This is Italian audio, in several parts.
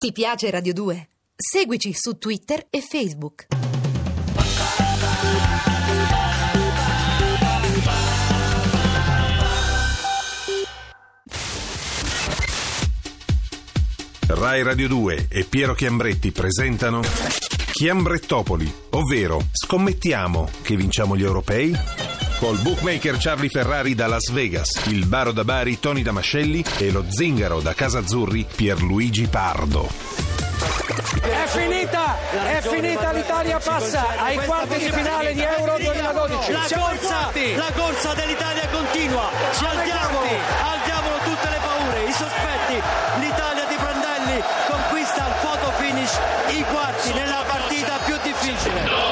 Ti piace Radio 2? Seguici su Twitter e Facebook. Rai Radio 2 e Piero Chiambretti presentano Chiambrettopoli, ovvero scommettiamo che vinciamo gli europei? Col bookmaker Charlie Ferrari da Las Vegas, il baro da Bari Tony Damascelli e lo zingaro da Casa Azzurri Pierluigi Pardo. È finita, l'Italia passa ai quarti di finale di Euro 2012. La corsa dell'Italia continua, ci alziamo tutte le paure, i sospetti. L'Italia di Prandelli conquista al photo finish i quarti nella partita più difficile.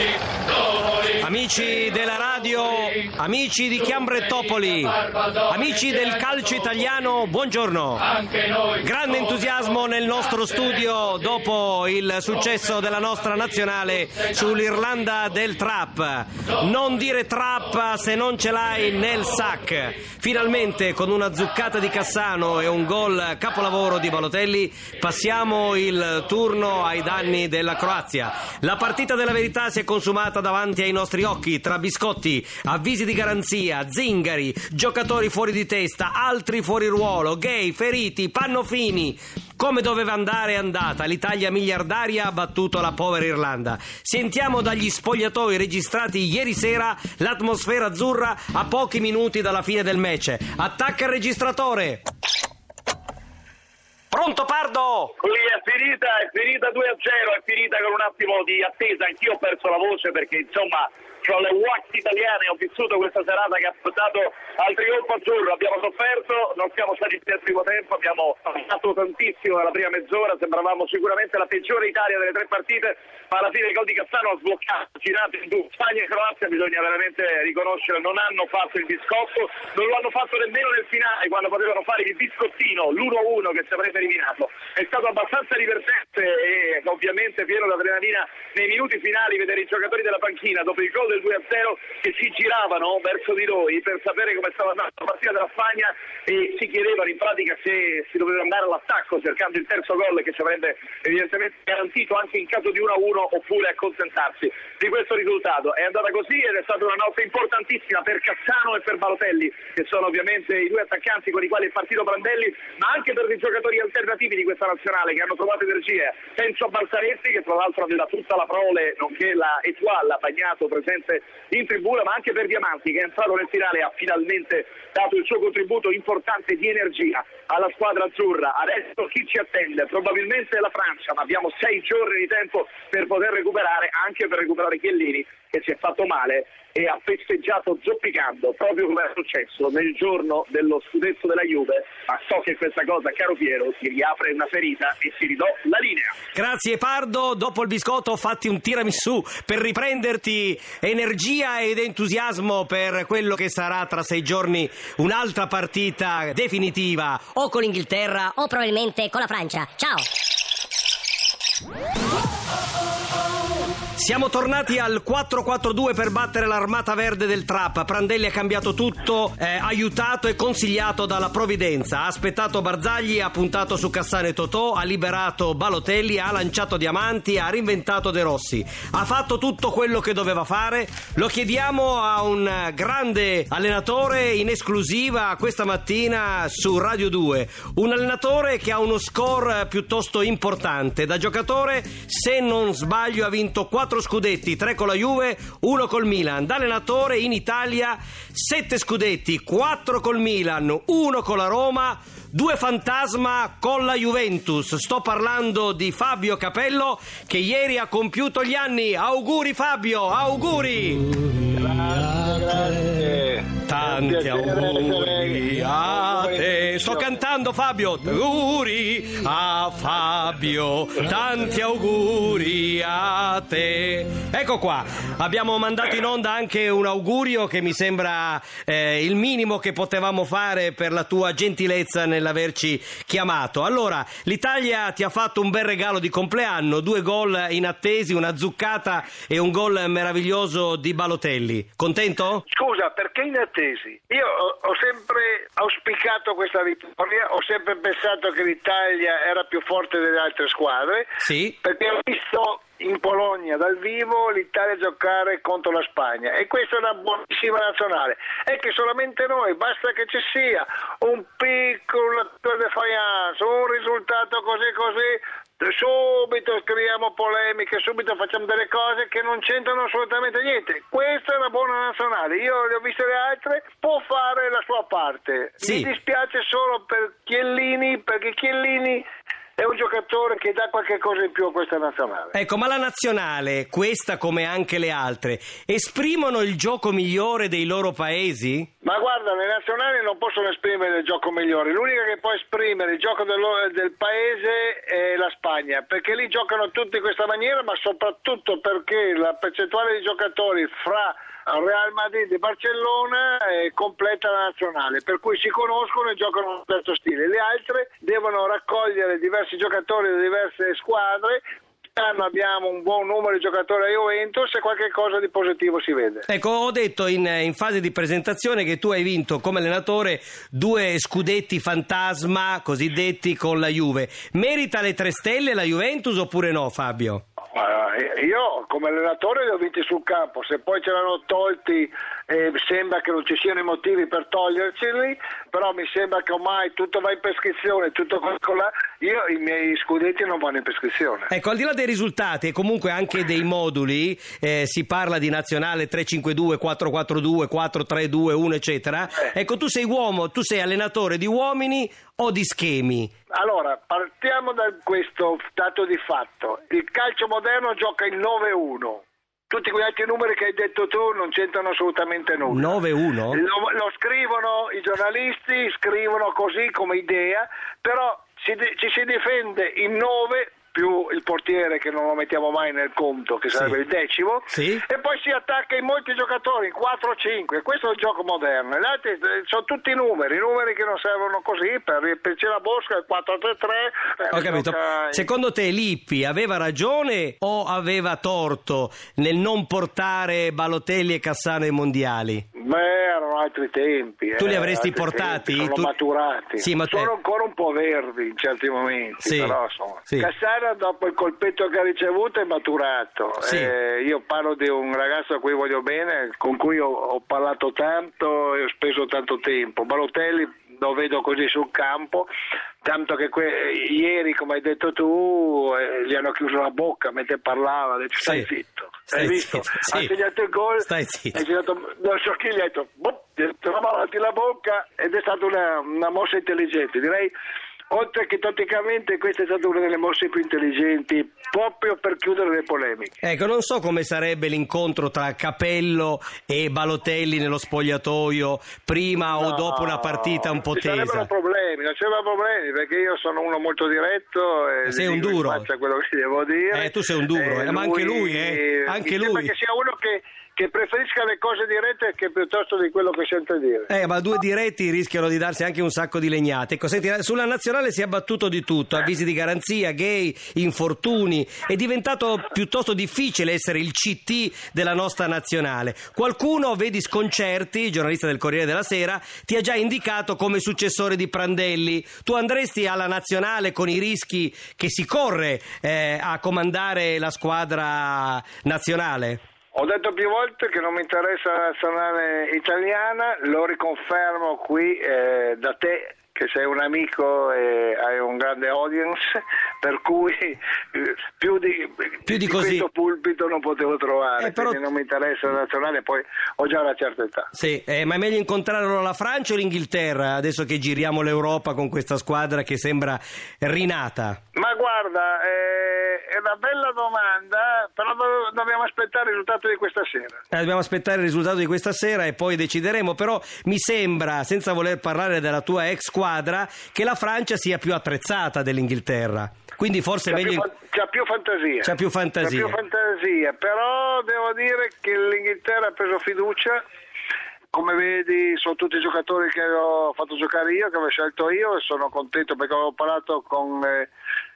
Amici della radio, amici di Chiambrettopoli, amici del calcio italiano, buongiorno. Grande entusiasmo nel nostro studio dopo il successo della nostra nazionale sull'Irlanda del trap. Non dire trap se non ce l'hai nel sac. Finalmente, con una zuccata di Cassano e un gol capolavoro di Balotelli, passiamo il turno ai danni della Croazia. La partita della verità si è consumata davanti ai nostri occhi, tra biscotti, avvisi di garanzia, zingari, giocatori fuori di testa, altri fuori ruolo, gay, feriti, pannofini. Come doveva andare è andata. L'Italia miliardaria ha battuto la povera Irlanda. Sentiamo dagli spogliatoi registrati ieri sera l'atmosfera azzurra a pochi minuti dalla fine del match. Attacca il registratore. Pronto, Pardo? Qui è finita 2-0, è finita con un attimo di attesa. Anch'io ho perso la voce perché insomma ho le wax italiane, ho vissuto questa serata che ha portato al trionfo azzurro. Abbiamo sofferto, non siamo stati nel primo tempo, abbiamo fatto tantissimo nella prima mezz'ora, sembravamo sicuramente la peggiore Italia delle tre partite, ma alla fine il gol di Cassano ha sbloccato, girato in due. Spagna e Croazia, bisogna veramente riconoscere, non hanno fatto il biscotto, non lo hanno fatto nemmeno nel finale quando potevano fare il biscottino, l'1-1 che ci avrebbe eliminato. È stato abbastanza divertente e ovviamente pieno d'adrenalina nei minuti finali vedere i giocatori della panchina dopo il gol del 2-0 che si giravano verso di noi per sapere come stava andando la partita della Spagna e si chiedevano in pratica se si doveva andare all'attacco cercando il terzo gol che ci avrebbe evidentemente garantito anche in caso di 1-1 oppure accontentarsi di questo risultato. È andata così ed è stata una notte importantissima per Cassano e per Balotelli, che sono ovviamente i due attaccanti con i quali è partito Prandelli, ma anche per i giocatori alternativi di questa nazionale che hanno trovato energie. Penso a Balzaretti, che tra l'altro aveva tutta la prole nonché la Etoile Bagnato presente in tribuna, ma anche per Diamanti, che è entrato nel finale e ha finalmente dato il suo contributo importante di energia alla squadra azzurra. Adesso chi ci attende? Probabilmente la Francia, ma abbiamo 6 giorni di tempo per poter recuperare, anche per recuperare Chiellini, che si è fatto male e ha festeggiato zoppicando, proprio come è successo nel giorno dello scudetto della Juve. Ma so che questa cosa, caro Piero, ti riapre una ferita e ti ridò la linea. Grazie Pardo, dopo il biscotto fatti un tiramisù per riprenderti energia ed entusiasmo per quello che sarà tra 6 giorni un'altra partita definitiva. O con l'Inghilterra o probabilmente con la Francia. Ciao! Siamo tornati al 4-4-2 per battere l'Armata Verde del Trap. Prandelli ha cambiato tutto, aiutato e consigliato dalla provvidenza. Ha aspettato Barzagli, ha puntato su Cassano e Totò, ha liberato Balotelli, ha lanciato Diamanti, ha reinventato De Rossi. Ha fatto tutto quello che doveva fare. Lo chiediamo a un grande allenatore in esclusiva questa mattina su Radio 2. Un allenatore che ha uno score piuttosto importante. Da giocatore, se non sbaglio, ha vinto 4 scudetti, 3 con la Juve, 1 col Milan. Da allenatore in Italia 7 scudetti, 4 col Milan, 1 con la Roma, 2 fantasma con la Juventus. Sto parlando di Fabio Capello, che ieri ha compiuto gli anni. Auguri Fabio, auguri! Grazie. Tanti auguri a te. Sto cantando Fabio. Auguri a Fabio, tanti auguri a te. Ecco qua, abbiamo mandato in onda anche un augurio che mi sembra il minimo che potevamo fare per la tua gentilezza nell'averci chiamato. Allora, l'Italia ti ha fatto un bel regalo di compleanno, 2 gol inattesi, una zuccata e un gol meraviglioso di Balotelli. Contento? Scusa, per perché inattesi. Io ho sempre auspicato questa vittoria, ho sempre pensato che l'Italia era più forte delle altre squadre, Sì. perché ho visto in Polonia dal vivo l'Italia giocare contro la Spagna, e questa è una buonissima nazionale. È che solamente noi, basta che ci sia un piccolo defiance, un risultato così, subito scriviamo polemiche, subito facciamo delle cose che non c'entrano assolutamente niente. Questa è una buona nazionale, io le ho viste le altre, può fare la sua parte. Sì. Mi dispiace solo per Chiellini, perché Chiellini è un giocatore che dà qualche cosa in più a questa nazionale. Ecco, ma la nazionale, questa come anche le altre, esprimono il gioco migliore dei loro paesi? Ma guarda, le nazionali non possono esprimere il gioco migliore, l'unica che può esprimere il gioco del paese è la Spagna, perché lì giocano tutti in questa maniera, ma soprattutto perché la percentuale di giocatori fra Real Madrid e Barcellona completa la nazionale, per cui si conoscono e giocano in un certo stile. Le altre devono raccogliere diversi giocatori da diverse squadre. Quest'anno abbiamo un buon numero di giocatori a Juventus e qualche cosa di positivo si vede. Ecco, ho detto in fase di presentazione che tu hai vinto come allenatore 2 scudetti fantasma cosiddetti con la Juve. Merita le 3 stelle la Juventus oppure no, Fabio? Io come allenatore li ho vinti sul campo, se poi ce l'hanno tolti sembra che non ci siano i motivi per toglierceli, però mi sembra che ormai tutto va in prescrizione, tutto là. Io i miei scudetti non vanno in prescrizione. Ecco, al di là dei risultati e comunque anche dei moduli, si parla di nazionale 3-5-2, 4-4-2, 4-3-2-1 eccetera. Ecco, tu sei allenatore di uomini o di schemi? Allora, partiamo da questo dato di fatto. Il calcio moderno gioca in 9-1. Tutti quegli altri numeri che hai detto tu non c'entrano assolutamente nulla. 9-1? Lo scrivono i giornalisti, scrivono così come idea, però ci si difende in 9 più il portiere che non lo mettiamo mai nel conto, che sarebbe il decimo, e poi si attacca in molti giocatori, in 4-5, questo è il gioco moderno. Gli altri sono tutti numeri che non servono così per riempirci la bosca, il 4-3-3. Ho capito. Secondo te Lippi aveva ragione o aveva torto nel non portare Balotelli e Cassano ai mondiali? Beh, erano altri tempi. Tu li avresti portati? Sono maturati. Sì, ma sono ancora un po' verdi in certi momenti, però insomma. Cassano dopo il colpetto che ha ricevuto è maturato. Io parlo di un ragazzo a cui voglio bene, con cui ho parlato tanto e ho speso tanto tempo. Balotelli lo vedo così sul campo, tanto che ieri, come hai detto tu, gli hanno chiuso la bocca mentre parlava, ha detto stai zitto. Hai visto? Ha segnato il gol, stai zitto. Non so chi gli ha detto, trovava avanti la bocca, ed è stata una mossa intelligente, direi. Oltre che tatticamente questa è stata una delle mosse più intelligenti, proprio per chiudere le polemiche. Ecco, non so come sarebbe l'incontro tra Capello e Balotelli nello spogliatoio prima o dopo una partita un po' tesa. Non c'erano problemi, perché io sono uno molto diretto e sei un duro. Faccia quello che devo dire. Tu sei un duro, ma anche lui, anche lui. Sembra che sia uno che preferisca le cose dirette che piuttosto di quello che sente dire. Ma 2 diretti rischiano di darsi anche un sacco di legnate. Ecco, senti, sulla nazionale si è abbattuto di tutto, avvisi di garanzia, gay, infortuni. È diventato piuttosto difficile essere il CT della nostra nazionale. Qualcuno, vedi Sconcerti, giornalista del Corriere della Sera, ti ha già indicato come successore di Prandelli. Tu andresti alla nazionale con i rischi che si corre a comandare la squadra nazionale? Ho detto più volte che non mi interessa la nazionale italiana, lo riconfermo qui da te, che sei un amico e hai un grande audience, per cui più di così questo pulpito non potevo trovare, però non mi interessa la nazionale, poi ho già una certa età. Ma è meglio incontrarlo la Francia o l'Inghilterra, adesso che giriamo l'Europa con questa squadra che sembra rinata? Ma guarda, è una bella domanda, però dobbiamo aspettare il risultato di questa sera. Dobbiamo aspettare il risultato di questa sera e poi decideremo, però mi sembra, senza voler parlare della tua ex squadra, che la Francia sia più attrezzata dell'Inghilterra. Quindi forse è meglio. C'ha più fantasia, però devo dire che l'Inghilterra ha preso fiducia. Come vedi, sono tutti giocatori che ho fatto giocare io, che avevo scelto io, e sono contento perché avevo parlato con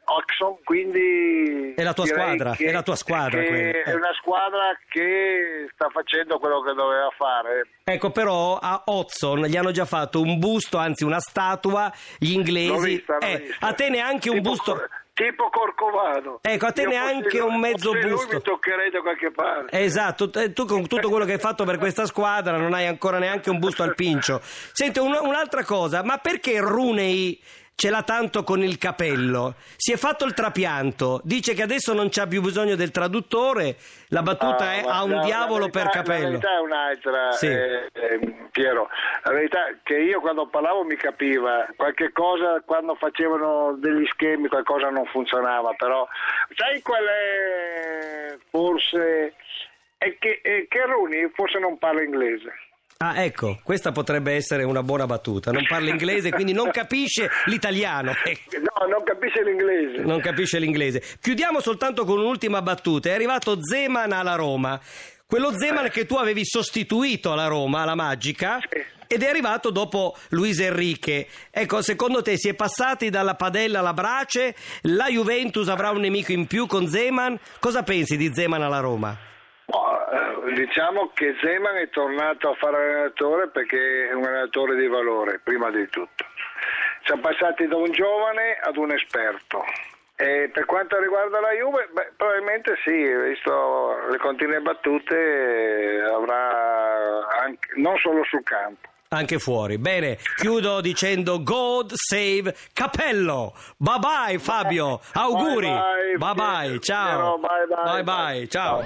Oxon, quindi è la tua squadra, è la tua squadra quella. È una squadra che sta facendo quello che doveva fare. Ecco, però a Oxon gli hanno già fatto un busto, anzi una statua, gli inglesi. L'ho vista. A te neanche un busto. Tipo Corcovado. Ecco, a te neanche un mezzo busto. Lui mi toccherei da qualche parte. Esatto, tu con tutto quello che hai fatto per questa squadra non hai ancora neanche un busto al Pincio. Senti, un'altra cosa, ma perché Rooney ce l'ha tanto con il capello? Si è fatto il trapianto, dice che adesso non c'ha più bisogno del traduttore, la battuta è ha un diavolo per capello. La verità è un'altra, sì. Piero, la verità è che io quando parlavo mi capiva, qualche cosa quando facevano degli schemi qualcosa non funzionava, però sai qual è forse? È che Rooney forse non parla inglese. Ah, ecco, questa potrebbe essere una buona battuta. Non parla inglese, quindi non capisce l'italiano. No, non capisce l'inglese. Non capisce l'inglese. Chiudiamo soltanto con un'ultima battuta. È arrivato Zeman alla Roma. Quello Zeman che tu avevi sostituito alla Roma, alla Magica, ed è arrivato dopo Luis Enrique. Ecco, secondo te si è passati dalla padella alla brace? La Juventus avrà un nemico in più con Zeman? Cosa pensi di Zeman alla Roma? Diciamo che Zeman è tornato a fare allenatore perché è un allenatore di valore, prima di tutto. Siamo passati da un giovane ad un esperto. E per quanto riguarda la Juve, probabilmente sì, visto le continue battute, avrà anche, non solo sul campo. Anche fuori. Bene, chiudo dicendo God save Capello. Bye bye Fabio, auguri. Bye bye, ciao. Bye bye, ciao.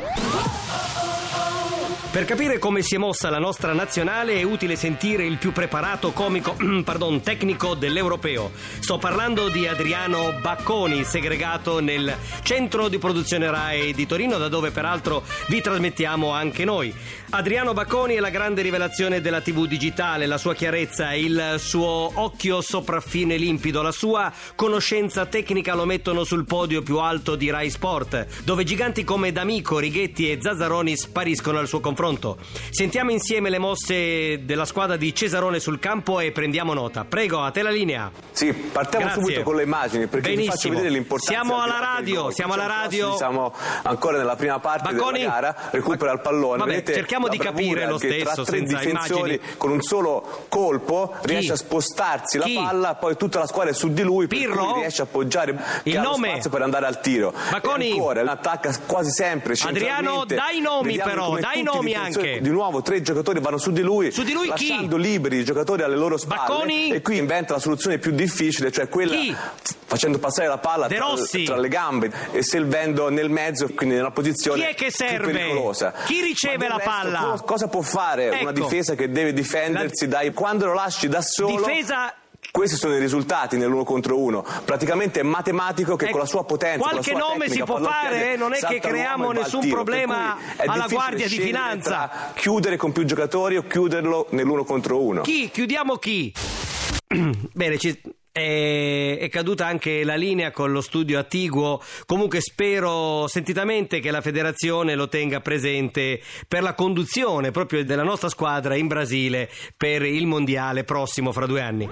Per capire come si è mossa la nostra nazionale è utile sentire il più preparato tecnico dell'Europeo. Sto parlando di Adriano Bacconi, segregato nel centro di produzione RAI di Torino, da dove peraltro vi trasmettiamo anche noi. Adriano Bacconi è la grande rivelazione della TV digitale, la sua chiarezza, il suo occhio sopraffine limpido, la sua conoscenza tecnica lo mettono sul podio più alto di Rai Sport, dove giganti come D'Amico, Righetti e Zazzaroni spariscono al suo confronto. Sentiamo insieme le mosse della squadra di Cesarone sul campo e prendiamo nota. Prego, a te la linea. Sì, partiamo subito con le immagini perché benissimo. Vi faccio vedere l'importanza. Siamo alla radio. Siamo ancora nella prima parte Bacconi, della gara, recupera il pallone. Vabbè, vedete, cerchiamo di capire lo stesso tra tre senza difensori immagini. con un solo colpo riesce a spostarsi la palla, poi tutta la squadra è su di lui, Pirro? per cui riesce a appoggiare il nome spazio per andare al tiro. Bacconi attacca quasi sempre Adriano, dai nomi. Vediamo però dai nomi anche. Di nuovo 3 giocatori vanno su di lui lasciando chi? liberi i giocatori alle loro spalle. Bacconi? E qui inventa la soluzione più difficile, cioè quella facendo passare la palla tra le gambe e servendo nel mezzo, quindi nella posizione chi è che serve? più pericolosa. Chi riceve la palla? Cosa può fare una difesa che deve difendersi quando lo lasci da solo? Questi sono i risultati nell'1 contro 1. Praticamente è matematico che con la sua potenza, qualche con la sua nome tecnica, si può fare, non è che creiamo nessun problema alla Guardia di Finanza. Chiudere con più giocatori o chiuderlo nell'1 contro 1. Chiudiamo chi? Bene, è caduta anche la linea con lo studio attiguo. Comunque spero sentitamente che la federazione lo tenga presente per la conduzione proprio della nostra squadra in Brasile per il mondiale prossimo fra 2 anni.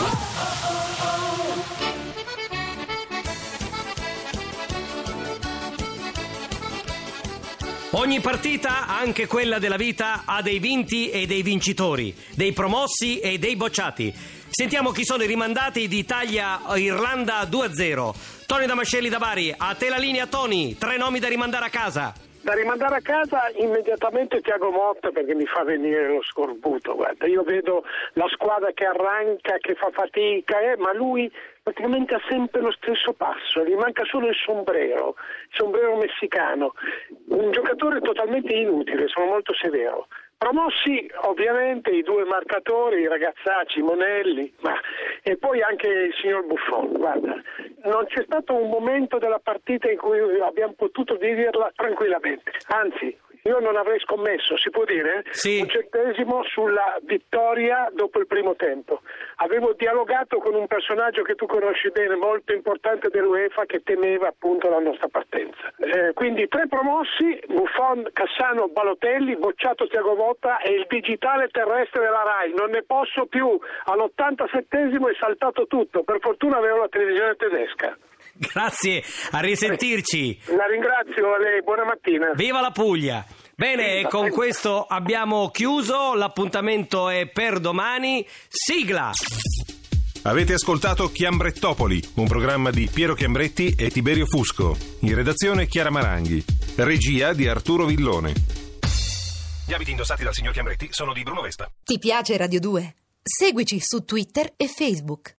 Ogni partita, anche quella della vita, ha dei vinti e dei vincitori, dei promossi e dei bocciati. Sentiamo chi sono i rimandati di Italia-Irlanda 2-0. Tony Damascelli da Bari, a te la linea Tony, 3 nomi da rimandare a casa. Da rimandare a casa immediatamente Thiago Motta, perché mi fa venire lo scorbuto. Guarda, io vedo la squadra che arranca, che fa fatica, ma lui praticamente ha sempre lo stesso passo, gli manca solo il sombrero messicano. Un giocatore totalmente inutile, sono molto severo. Promossi ovviamente i 2 marcatori, i ragazzacci, Monelli, e poi anche il signor Buffon. Guarda, non c'è stato un momento della partita in cui abbiamo potuto viverla tranquillamente, anzi io non avrei scommesso, si può dire? Sì. Un centesimo sulla vittoria dopo il primo tempo. Avevo dialogato con un personaggio che tu conosci bene, molto importante dell'UEFA, che temeva appunto la nostra partenza. Quindi 3 promossi, Buffon, Cassano, Balotelli, bocciato Thiago Motta e il digitale terrestre della RAI. Non ne posso più, all'87esimo è saltato tutto, per fortuna avevo la televisione tedesca. Grazie, a risentirci. La ringrazio, a lei, buona mattina. Viva la Puglia! Bene, con questo abbiamo chiuso, l'appuntamento è per domani. Sigla! Avete ascoltato Chiambrettopoli, un programma di Piero Chiambretti e Tiberio Fusco. In redazione Chiara Maranghi. Regia di Arturo Villone. Gli abiti indossati dal signor Chiambretti sono di Bruno Vespa. Ti piace Radio 2? Seguici su Twitter e Facebook.